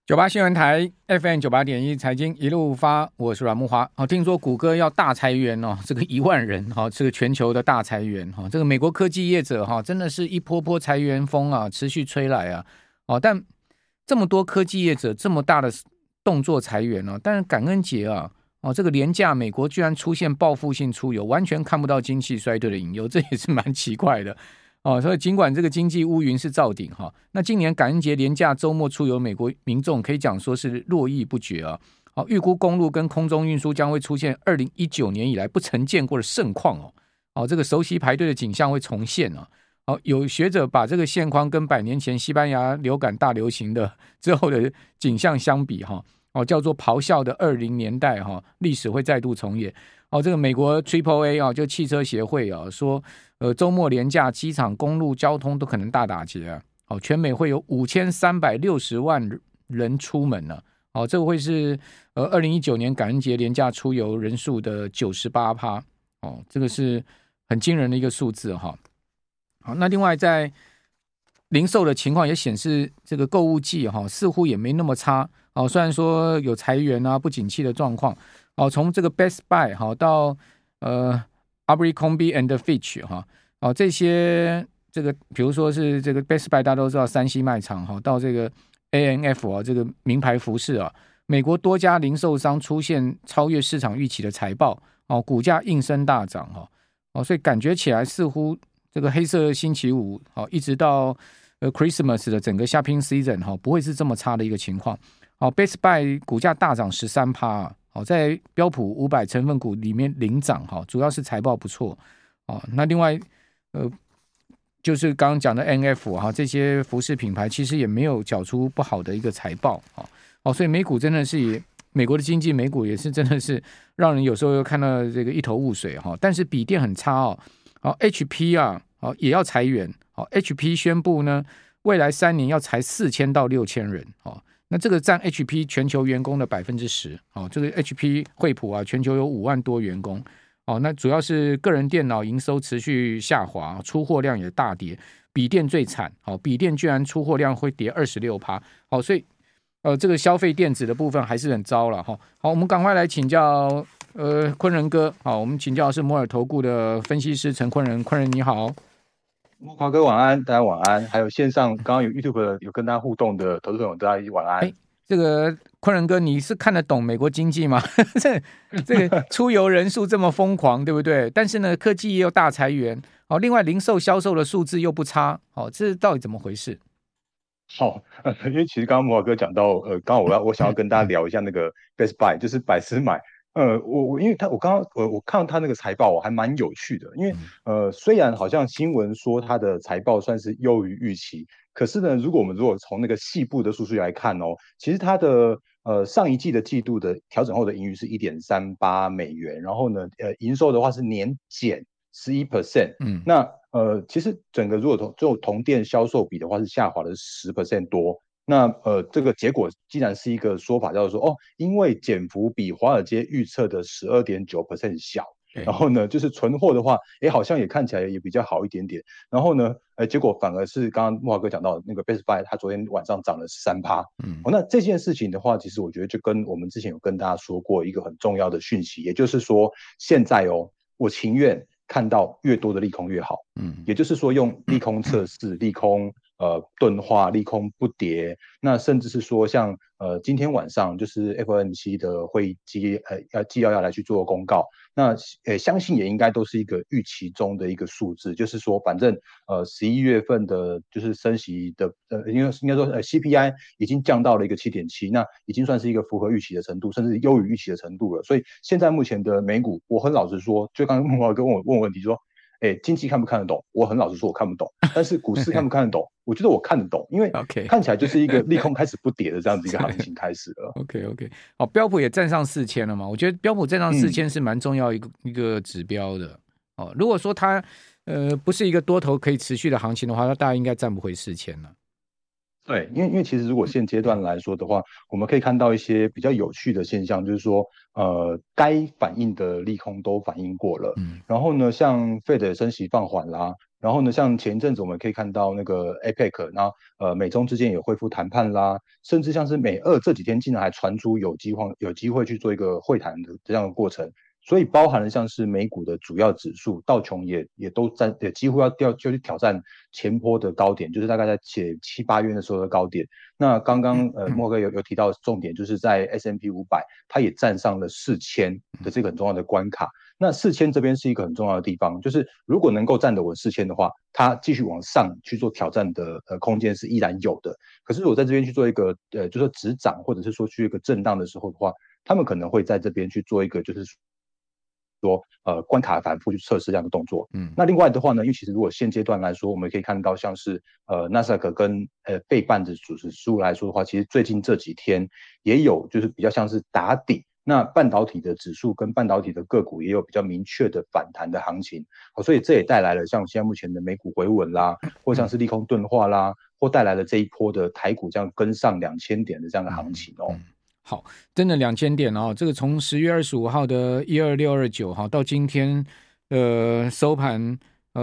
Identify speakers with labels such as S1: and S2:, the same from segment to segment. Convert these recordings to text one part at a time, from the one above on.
S1: 98新闻台 FM98.1 财经一路发，我是阮慕骅。听说谷歌要大裁员哦，这个1万人这个全球的大裁员这个美国科技业者真的是一波波裁员风啊，持续吹来啊。但这么多科技业者这么大的动作裁员但是感恩节啊这个连假美国居然出现报复性出游，完全看不到经济衰退的隐忧，这也是蛮奇怪的。所以尽管这个经济乌云是罩顶那今年感恩节连假周末出游，美国民众可以讲说是络绎不绝啊。预估公路跟空中运输将会出现2019年以来不曾见过的盛况这个熟悉排队的景象会重现有学者把这个现况跟100年前西班牙流感大流行的之后的景象相比叫做咆哮的20年代历史会再度重演这个美国 AAA 就汽车协会说周末连假机场公路交通都可能大打劫全美会有5360万人出门这个会是2019年感恩节连假出游人数的 98%这个是很惊人的一个数字好，那另外在零售的情况也显示，这个购物季似乎也没那么差虽然说有裁员不景气的状况从这个 Best Buy 到Abercrombie and Fitch 这些这个比如说是这个 Best Buy 大家都知道山西卖场到这个 ANF 这个名牌服饰美国多家零售商出现超越市场预期的财报股价应声大涨所以感觉起来似乎这个黑色星期五一直到Christmas 的整个 shopping season 不会是这么差的一个情况Best Buy 股价大涨 13%在标普500成分股里面领涨主要是财报不错那另外就是刚刚讲的 NF 这些服饰品牌其实也没有缴出不好的一个财报所以美股真的是美国的经济，美股也是真的是让人有时候又看到这个一头雾水但是笔电很差HP 也要裁员HP 宣布呢未来3年要裁4000到6000人那这个占 HP 全球员工的 10% 这个 HP 惠普全球有5万多员工那主要是个人电脑营收持续下滑，出货量也大跌，笔电最惨笔电居然出货量会跌 26% 所以这个消费电子的部分还是很糟了好，我们赶快来请教昆仁哥我们请教的是摩尔投顾的分析师陈昆仁，昆仁你好。
S2: 华哥晚安，大家晚安。还有线上刚刚有 YouTube 有跟大家互动的投资朋友，大家晚安。
S1: 这个昆仁哥，你是看得懂美国经济吗？这个出游人数这么疯狂，对不对？但是呢，科技也有大裁员另外零售销售的数字又不差这到底怎么回事？
S2: 好，因为其实刚刚摩尔哥讲到刚好我想要跟大家聊一下那个 Best Buy， 就是百思买。因为我看到他那个财报还蛮有趣的，因为虽然好像新闻说他的财报算是优于预期，可是呢，我们从那个细部的数据来看其实他的上一季的季度的调整后的盈余是1.38美元，然后呢营收的话是年减11%，那其实整个如果同店销售比的话是下滑了10% 多。那这个结果既然是一个说法，叫做说因为减幅比华尔街预测的12.9% 小，然后呢，就是存货的话，好像也看起来也比较好一点点。然后呢，结果反而是刚刚慕骅哥讲到的那个 Best Buy， 它昨天晚上涨了13%。那这件事情的话，其实我觉得就跟我们之前有跟大家说过一个很重要的讯息，也就是说，现在我情愿看到越多的利空越好。也就是说，用利空测试、利空钝化、利空不跌，那甚至是说像今天晚上就是 FOMC 的会议纪要来去做公告，那相信也应该都是一个预期中的一个数字，就是说反正11月份的就是升息的应该说CPI 已经降到了一个 7.7， 那已经算是一个符合预期的程度，甚至优于预期的程度了。所以现在目前的美股，我很老实说，就刚刚慕骅哥问我问题说经济看不看得懂？我很老实说，我看不懂。但是股市看不看得懂？我觉得我看得懂，因为看起来就是一个利空开始不跌的这样子一个行情开始了。
S1: OK， 标普也站上4000了嘛？我觉得标普站上4000是蛮重要一个指标的如果说它不是一个多头可以持续的行情的话，那大家应该站不回4000了。
S2: 对，因为其实如果现阶段来说的话，我们可以看到一些比较有趣的现象，就是说该反映的利空都反映过了。然后呢，像 Fed 升息放缓啦， 然后呢，像前一阵子我们可以看到那个 APEC，然后美中之间也恢复谈判啦，甚至像是美俄这几天竟然还传出有机会去做一个会谈的这样的过程，所以包含了像是美股的主要指数道琼也几乎就去挑战前波的高点，就是大概在7、8月的时候的高点。那刚刚莫哥有提到重点，就是在 S&P 500，它也站上了4000的这个很重要的关卡。那4000这边是一个很重要的地方，就是如果能够站得稳4000的话，它继续往上去做挑战的空间是依然有的。可是如果在这边去做一个就是说止涨或者是说去一个震荡的时候的话，他们可能会在这边去做一个就是说关卡反复去测试这样的动作。那另外的话呢，因为其实如果现阶段来说，我们可以看到像是纳斯达克跟费半的指数来说的话，其实最近这几天也有就是比较像是打底。那半导体的指数跟半导体的个股也有比较明确的反弹的行情，所以这也带来了像现在目前的美股回稳啦，或像是利空钝化啦，或带来了这一波的台股这样跟上2000点的这样的行情哦。
S1: 好，真的2000点哦，这个从10月25号的12629哈到今天收盘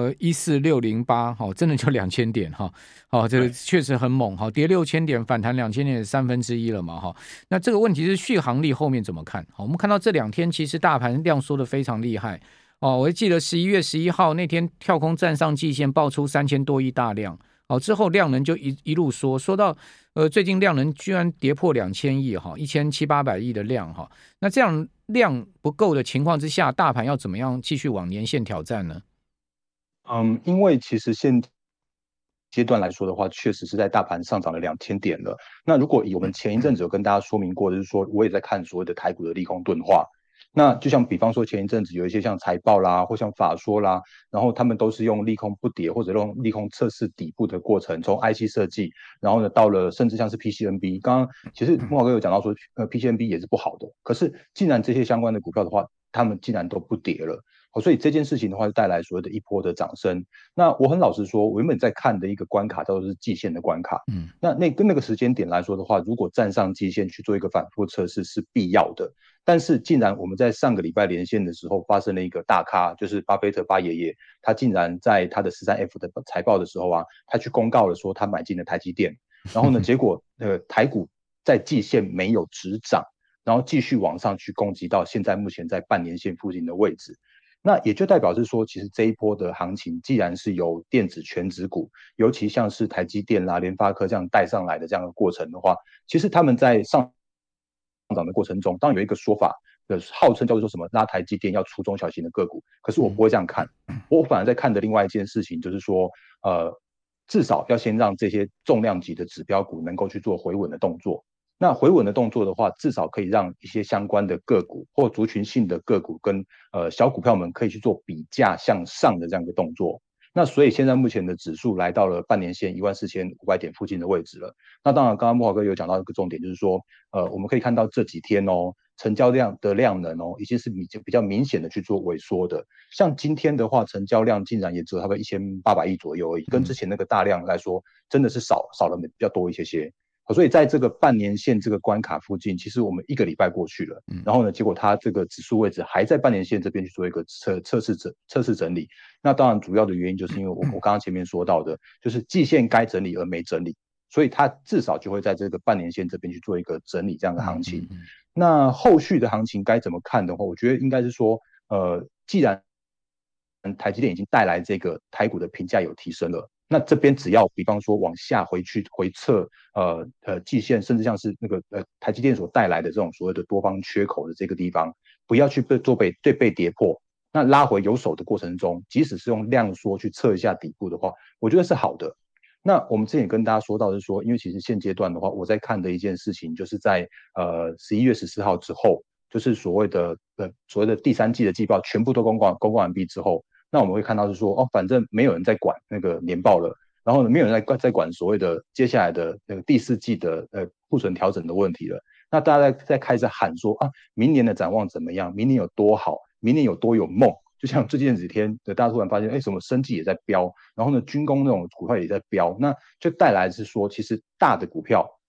S1: 14608，好，真的就2000点哈，好，这个确实很猛哈，跌6000点反弹2000点1/3了嘛哈。那这个问题是续航力后面怎么看？好，我们看到这2天其实大盘量缩的非常厉害哦，我还记得11月11号那天跳空站上季线，爆出3000多亿大量。好，之后量能就一路说到最近量能居然跌破2000亿哈，1700-800亿的量哈。那这样量不够的情况之下，大盘要怎么样继续往年线挑战呢？
S2: 因为其实现阶段来说的话，确实是在大盘上涨了2000点了。那如果以我们前一阵子有跟大家说明过的，就是说我也在看所谓的台股的利空钝化。那就像比方说前一阵子有一些像财报啦，或像法说啦，然后他们都是用利空不跌或者用利空测试底部的过程，从 IC 设计，然后呢到了甚至像是 PCNB， 刚刚其实莫哥有讲到说PCNB 也是不好的，可是既然这些相关的股票的话，他们竟然都不跌了。所以这件事情的话，就带来所谓的一波的涨升。那我很老实说，我原本在看的一个关卡叫做是季线的关卡。跟那个时间点来说的话，如果站上季线去做一个反复测试是必要的。但是竟然我们在上个礼拜连线的时候发生了一个大咖，就是巴菲特巴爷爷，他竟然在他的13F 的财报的时候啊，他去公告了说他买进了台积电，然后呢，结果台股在季线没有止涨，然后继续往上去攻击到现在目前在半年线附近的位置。那也就代表是说，其实这一波的行情，既然是由电子全指股，尤其像是台积电啦、联发科这样带上来的这样的过程的话，其实他们在上涨的过程中，当然有一个说法，号称叫做说什么拉台积电要出中小型的个股，可是我不会这样看，我反而在看的另外一件事情就是说，至少要先让这些重量级的指标股能够去做回稳的动作。那回稳的动作的话，至少可以让一些相关的个股或族群性的个股跟小股票们可以去做比价向上的这样一个动作。那所以现在目前的指数来到了半年线14500点附近的位置了。那当然，刚刚莫华哥有讲到一个重点，就是说，我们可以看到这几天哦，成交量的量能哦，已经是比较明显的去做萎缩的。像今天的话，成交量竟然也只有差不多1800亿左右而已，跟之前那个大量来说，真的是少了比较多一些。所以在这个半年线这个关卡附近，其实我们1个礼拜过去了，然后呢，结果它这个指数位置还在半年线这边去做一个测试整理。那当然主要的原因就是因为我刚刚前面说到的，就是季线该整理而没整理，所以它至少就会在这个半年线这边去做一个整理这样的行情。那后续的行情该怎么看的话，我觉得应该是说，既然台积电已经带来这个台股的评价有提升了。那这边只要比方说往下回测季线，甚至像是那个台积电所带来的这种所谓的多方缺口的这个地方，不要去被跌破。那拉回有手的过程中，即使是用量缩去测一下底部的话，我觉得是好的。那我们之前也跟大家说到的是说，因为其实现阶段的话，我在看的一件事情，就是在11月14号之后，就是所谓的第3季的季报全部都公告完毕之后。那我们会看到是说，反正没有人在管那个年报了，然后呢，没有人在管所谓的接下来的那个第4季的库存调整的问题了。那大家在开始喊说明年的展望怎么样？明年有多好？明年有多有梦？就像最近几天的，大家突然发现，什么生技也在飙，然后呢，军工那种股票也在飙，那就带来是说，其实大的股票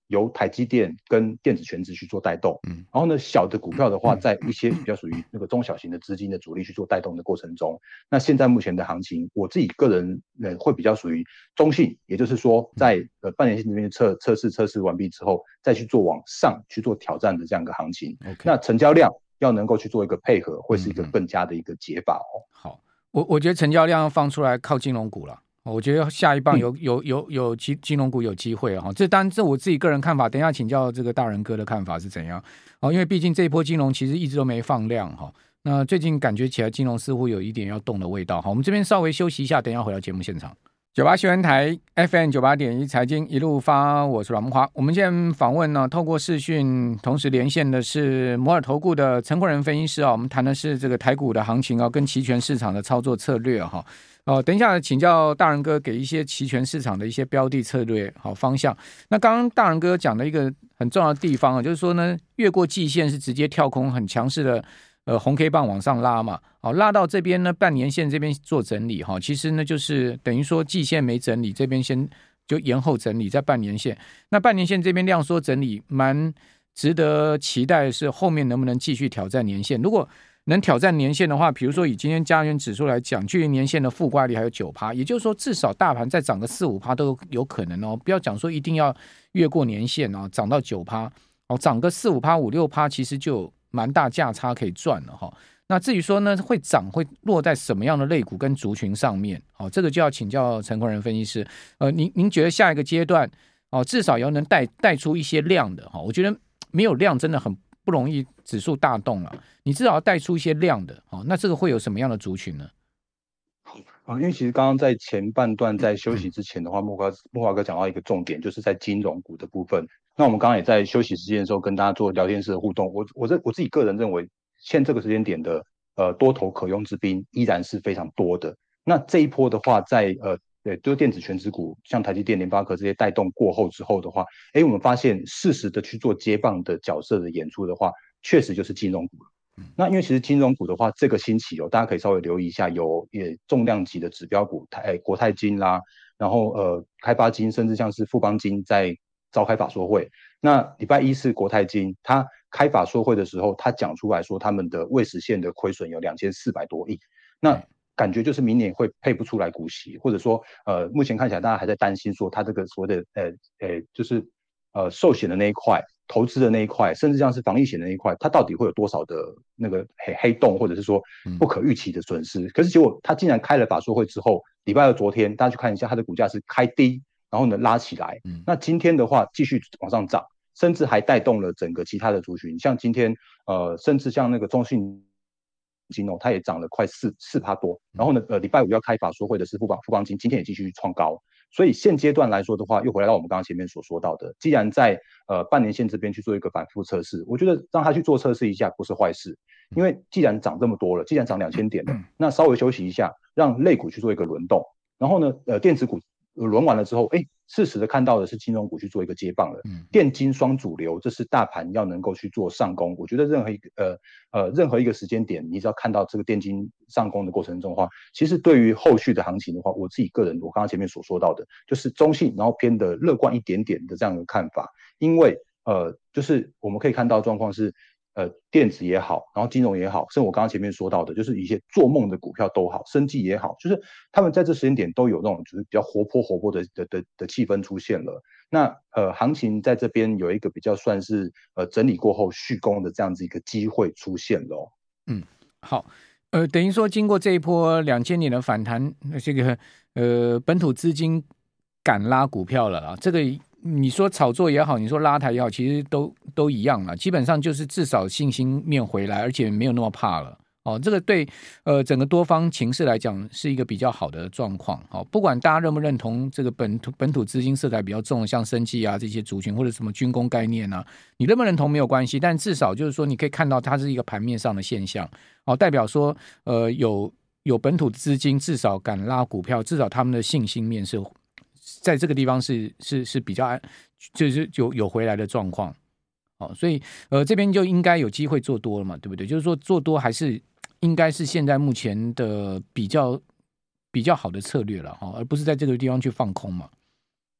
S2: 由台积电跟电子全值去做带动，然后呢，小的股票的话，在一些比较属于那个中小型的资金的主力去做带动的过程中，那现在目前的行情，我自己个人会比较属于中性，也就是说在半年线这边测试完毕之后，再去做往上去做挑战的这样一个行情。那成交量要能够去做一个配合，会是一个更加的一个解法哦。
S1: 好，我觉得成交量要放出来靠金融股了。我觉得下一棒有金融股有机会哈，这当然这我自己个人看法，等一下请教这个大人哥的看法是怎样哦，因为毕竟这一波金融其实一直都没放量哈，那最近感觉起来金融似乎有一点要动的味道哈，我们这边稍微休息一下，等一下回到节目现场。98新闻台 FM 98.1财经一路发，我是阮慕骅。我们现在访问呢，透过视讯同时连线的是摩尔投顾的陈坤仁分析师啊，我们谈的是这个台股的行情啊，跟期权市场的操作策略哈。等一下请教大人哥给一些期权市场的一些标的策略好方向。那刚刚大人哥讲的一个很重要的地方啊，就是说呢，越过季线是直接跳空很强势的。红 K 棒往上拉嘛，拉到这边呢，半年线这边做整理哈，其实呢就是等于说季线没整理，这边先就延后整理在半年线。那半年线这边量缩整理，蛮值得期待的是后面能不能继续挑战年线。如果能挑战年线的话，比如说以今天加权指数来讲，距离年线的负挂率还有 9%， 也就是说至少大盘再涨个 4-5% 都有可能哦。不要讲说一定要越过年线哦，涨到 9%， 涨个 4-5%、5-6%， 其实就蛮大价差可以赚了哈。那至于说呢，会涨会落在什么样的类股跟族群上面？这个就要请教陈坤仁分析师。您觉得下一个阶段至少要能带出一些量的哈？我觉得没有量真的很不容易指数大动了。你至少要带出一些量的那这个会有什么样的族群呢？
S2: 因为其实刚刚在前半段在休息之前的话，慕骅哥讲到一个重点，就是在金融股的部分。那我们刚刚也在休息时间的时候跟大家做聊天室的互动。我自己个人认为，现这个时间点的多头可用之兵依然是非常多的。那这一波的话，在就是电子权值股，像台积电、联发科这些带动过后之后的话，我们发现适时的去做接棒的角色的演出的话，确实就是金融股了。那因为其实金融股的话，这个星期大家可以稍微留意一下，也重量级的指标股，国泰金啦，然后开发金，甚至像是富邦金在召开法说会。那礼拜一是国泰金，他开法说会的时候，他讲出来说他们的未实现的亏损有2400多亿，那感觉就是明年会配不出来股息，或者说目前看起来大家还在担心说他这个所谓的就是寿险的那一块。投资的那一块，甚至像是防疫险的那一块，它到底会有多少的那个黑洞，或者是说不可预期的损失？可是结果它竟然开了法说会之后，礼拜二昨天大家去看一下，它的股价是开低，然后呢拉起来。那今天的话继续往上涨，甚至还带动了整个其他的族群，像今天甚至像那个中信金它也涨了快4%多。然后呢礼拜五要开法说会的是富邦金，今天也继续创高。所以现阶段来说的话，又回来到我们刚刚前面所说到的，既然在半年线这边去做一个反复测试，我觉得让他去做测试一下不是坏事，因为既然涨这么多了，既然涨2000点了，那稍微休息一下，让类股去做一个轮动，然后呢电子股轮完了之后，适时的看到的是金融股去做一个接棒了，电金双主流，这是大盘要能够去做上攻。我觉得任何一个时间点，你只要看到这个电金上攻的过程中的话，其实对于后续的行情的话，我自己个人，我刚刚前面所说到的，就是中性，然后偏的乐观一点点的这样的看法，因为就是我们可以看到状况是。电子也好，然后金融也好，甚至我刚刚前面说到的，就是一些做梦的股票都好，生技也好，就是他们在这时间点都有那种就是比较活泼的气氛出现了。那行情在这边有一个比较算是整理过后续攻的这样子一个机会出现了。
S1: 好，等于说经过这一波2000年的反弹，这个本土资金敢拉股票了啊，这个。你说炒作也好，你说拉抬也好，其实都一样了，基本上就是至少信心面回来，而且没有那么怕了这个对整个多方情势来讲是一个比较好的状况不管大家认不认同这个本土资金色彩比较重的，像生技啊这些族群或者什么军工概念啊，你认不认同没有关系，但至少就是说你可以看到它是一个盘面上的现象代表说有本土资金至少敢拉股票，至少他们的信心面是。在这个地方是比较就是有回来的状况所以这边就应该有机会做多了嘛，对不对？就是说做多还是应该是现在目前的比较好的策略了而不是在这个地方去放空嘛。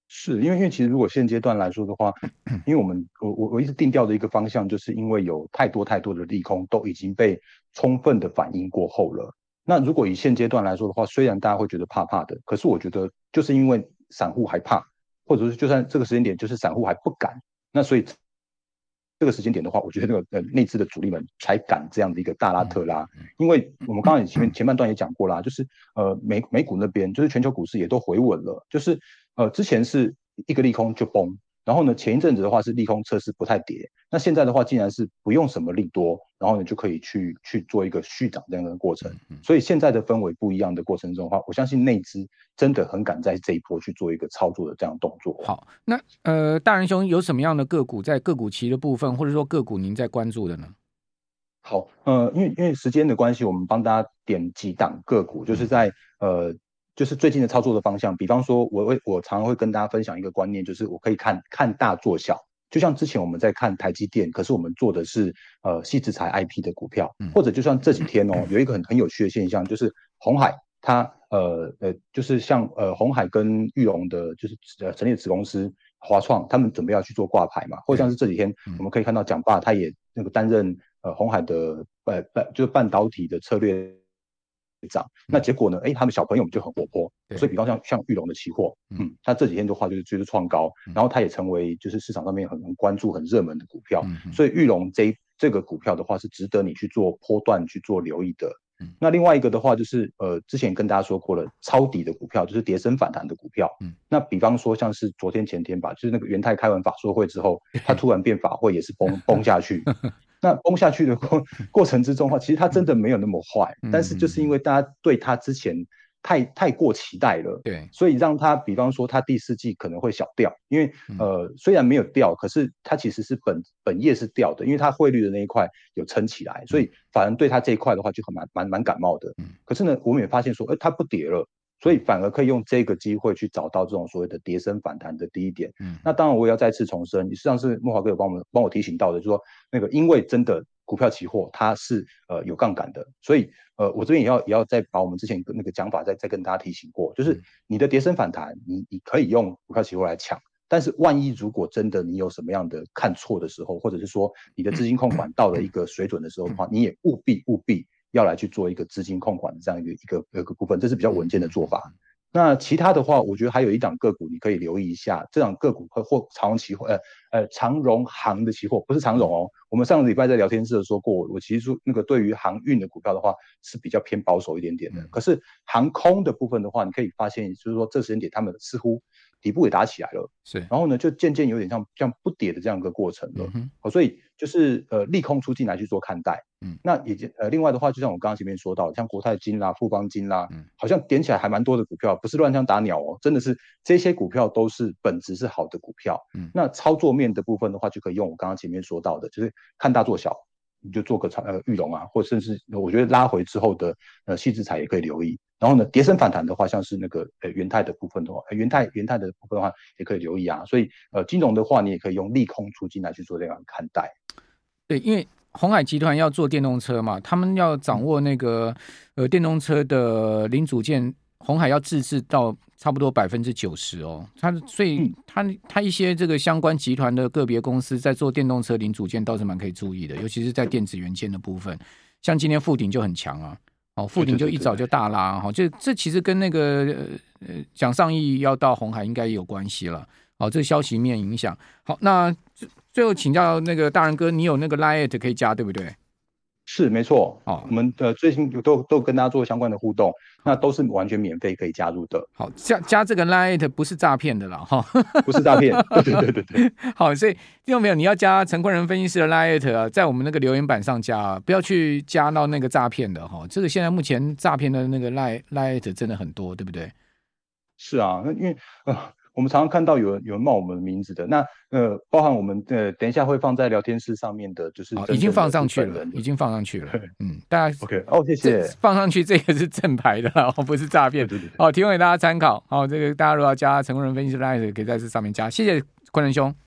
S2: 因为其实如果现阶段来说的话，因为我一直定调的一个方向，就是因为有太多太多的利空都已经被充分的反应过后了。那如果以现阶段来说的话，虽然大家会觉得怕怕的，可是我觉得就是因为散户还怕，或者是就算这个时间点就是散户还不敢，那所以这个时间点的话，我觉得那个内资的主力们才敢这样的一个大拉特拉，因为我们刚刚前半段也讲过啦，就是美股那边就是全球股市也都回稳了，就是之前是一个利空就崩，然后呢前一阵子的话是利空测试不太跌，那现在的话竟然是不用什么利多，然后呢就可以去做一个续涨这样的过程，所以现在的氛围不一样的过程中的话，我相信内资真的很敢在这一波去做一个操作的这样的动作。
S1: 好，那大仁兄有什么样的个股在个股期的部分，或者说个股您在关注的呢？
S2: 好，因为时间的关系，我们帮大家点几档个股，就是在就是最近的操作的方向。比方说我常常会跟大家分享一个观念，就是我可以看大做小。就像之前我们在看台积电，可是我们做的是矽智财 IP 的股票，或者就像这几天哦，有一个很有趣的现象，就是鸿海它就是像鸿海跟裕隆的，就是成立的子公司华创，他们准备要去做挂牌嘛，或者像是这几天我们可以看到蒋爸他也那个担任鸿海的就是半导体的策略长，那结果呢，他们小朋友们就很活泼，所以比方像裕隆的期货，他这几天的话就是创高，然后它也成为就是市场上面很关注很热门的股票，所以裕隆这个股票的话是值得你去做波段去做留意的。那另外一个的话就是之前跟大家说过了，抄底的股票就是跌升反弹的股票。那比方说像是昨天前天吧，就是那个元泰开完法说会之后，它突然变法会也是崩下去。那崩下去的过程之中的话，其实它真的没有那么坏，但是就是因为大家对它之前太过期待了，
S1: 对，
S2: 所以让它比方说它第四季可能会小掉，因为虽然没有掉，可是它其实是本业是掉的，因为它汇率的那一块有撑起来，所以反而对它这一块的话就蛮感冒的。可是呢，我们也发现说，它不跌了。所以反而可以用这个机会去找到这种所谓的跌升反弹的低点。那当然我也要再次重申，上次慕骅哥有帮我提醒到的，就是说那个因为真的股票期货它是有杠杆的，所以我这边也要再把我们之前那个讲法再跟大家提醒过，就是你的跌升反弹，你可以用股票期货来抢。但是万一如果真的你有什么样的看错的时候，或者是说你的资金控管到了一个水准的时候的话，你也务必要来去做一个资金控管的这样一个部分，这是比较稳健的做法。那其他的话，我觉得还有一档个股你可以留意一下，这档个股或长荣期货，长荣航的期货，不是长荣哦。我们上个礼拜在聊天室说过，我其实说那个对于航运的股票的话是比较偏保守一点点的。可是航空的部分的话，你可以发现，就是说这时间点他们似乎底部也打起来了，
S1: 是，
S2: 然后呢就渐渐有点像不跌的这样一个过程了。所以就是利空出尽来去做看待。那另外的话，就像我刚刚前面说到，像国泰金啦、富邦金啦，好像点起来还蛮多的股票，不是乱枪打鸟哦，真的是这些股票都是本质是好的股票。那操作面的部分的话，就可以用我刚刚前面说到的，就是看大做小，你就做个裕隆啊，或甚至我觉得拉回之后的矽智财也可以留意。然后呢，跌升反弹的话，像是那个元泰的部分的话，元泰的部分的话也可以留意啊。所以金融的话，你也可以用利空出尽来去做这样看待。
S1: 对，因为鸿海集团要做电动车嘛，他们要掌握那个电动车的零组件，鸿海要自制到差不多90%哦。所以他一些这个相关集团的个别公司在做电动车零组件倒是蛮可以注意的，尤其是在电子元件的部分，像今天富鼎就很强啊。富鼎就一早就大拉，这其实跟那个蒋尚义要到鸿海应该也有关系了。这消息面影响。好，那最后请教那个大仁哥，你有那个 Line 可以加对不对？
S2: 是没错，我们最近都跟大家做相关的互动，那都是完全免费可以加入的。
S1: 好，加这个 Line 不是诈骗的啦，
S2: 不是诈骗，对。
S1: 好，所以听众朋友，你要加陈坤仁分析师的 Line 啊，在我们那个留言板上加，不要去加到那个诈骗的哈。这个现在目前诈骗的那个 Line 真的很多，对不对？
S2: 是啊，那因为我们常常看到有人冒我们的名字的，那包含我们等一下会放在聊天室上面的，就是
S1: 已经放上去了，大家
S2: OK 谢谢，
S1: 放上去这个是正牌的啦，不是诈骗，
S2: 对，
S1: 提供给大家参考。好，这个大家如果要加陈坤仁分析师 Line 可以在这上面加，谢谢坤仁兄。